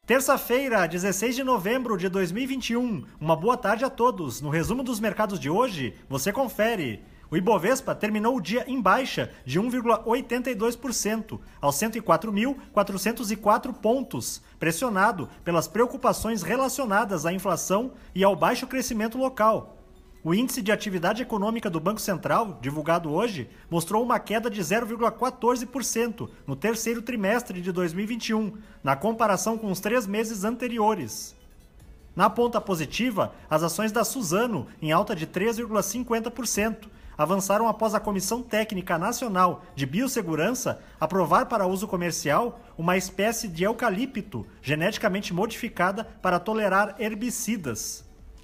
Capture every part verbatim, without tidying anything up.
Terça-feira, dezesseis de novembro de dois mil e vinte e um. Uma boa tarde a todos. No resumo dos mercados de hoje, você confere. O Ibovespa terminou o dia em baixa de um vírgula oitenta e dois por cento, aos cento e quatro mil quatrocentos e quatro pontos, pressionado pelas preocupações relacionadas à inflação e ao baixo crescimento local. O índice de atividade econômica do Banco Central, divulgado hoje, mostrou uma queda de zero vírgula quatorze por cento no terceiro trimestre de dois mil e vinte e um, na comparação com os três meses anteriores. Na ponta positiva, as ações da Suzano, em alta de três vírgula cinquenta por cento, avançaram após a Comissão Técnica Nacional de Biossegurança aprovar para uso comercial uma espécie de eucalipto geneticamente modificada para tolerar herbicidas.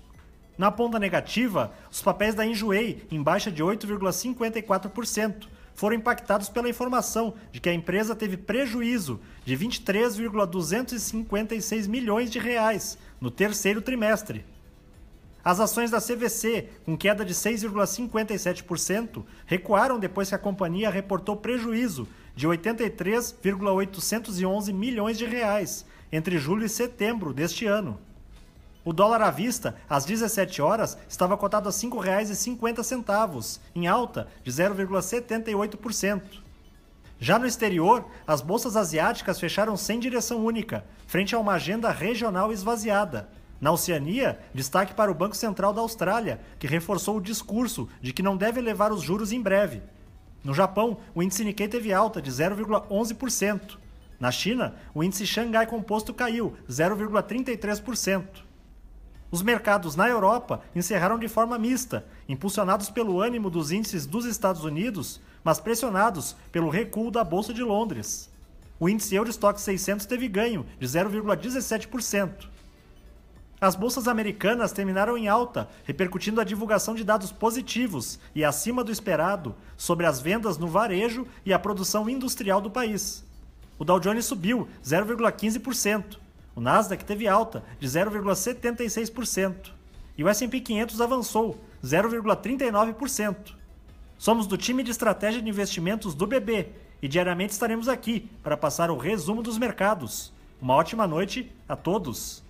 Na ponta negativa, os papéis da Enjoei, em baixa de oito vírgula cinquenta e quatro por cento, foram impactados pela informação de que a empresa teve prejuízo de vinte e três vírgula duzentos e cinquenta e seis milhões de reais no terceiro trimestre. As ações da C V C, com queda de seis vírgula cinquenta e sete por cento, recuaram depois que a companhia reportou prejuízo de oitenta e três vírgula oitocentos e onze milhões de reais entre julho e setembro deste ano. O dólar à vista, às dezessete horas, estava cotado a cinco reais e cinquenta centavos, em alta de zero vírgula setenta e oito por cento. Já no exterior, as bolsas asiáticas fecharam sem direção única, frente a uma agenda regional esvaziada. Na Oceania, destaque para o Banco Central da Austrália, que reforçou o discurso de que não deve elevar os juros em breve. No Japão, o índice Nikkei teve alta de zero vírgula onze por cento. Na China, o índice Xangai Composto caiu zero vírgula trinta e três por cento. Os mercados na Europa encerraram de forma mista, impulsionados pelo ânimo dos índices dos Estados Unidos, mas pressionados pelo recuo da Bolsa de Londres. O índice Eurostoxx seiscentos teve ganho de zero vírgula dezessete por cento. As bolsas americanas terminaram em alta, repercutindo a divulgação de dados positivos e acima do esperado sobre as vendas no varejo e a produção industrial do país. O Dow Jones subiu zero vírgula quinze por cento. O Nasdaq teve alta de zero vírgula setenta e seis por cento e o S e P quinhentos avançou zero vírgula trinta e nove por cento. Somos do time de estratégia de investimentos do B B e diariamente estaremos aqui para passar o resumo dos mercados. Uma ótima noite a todos!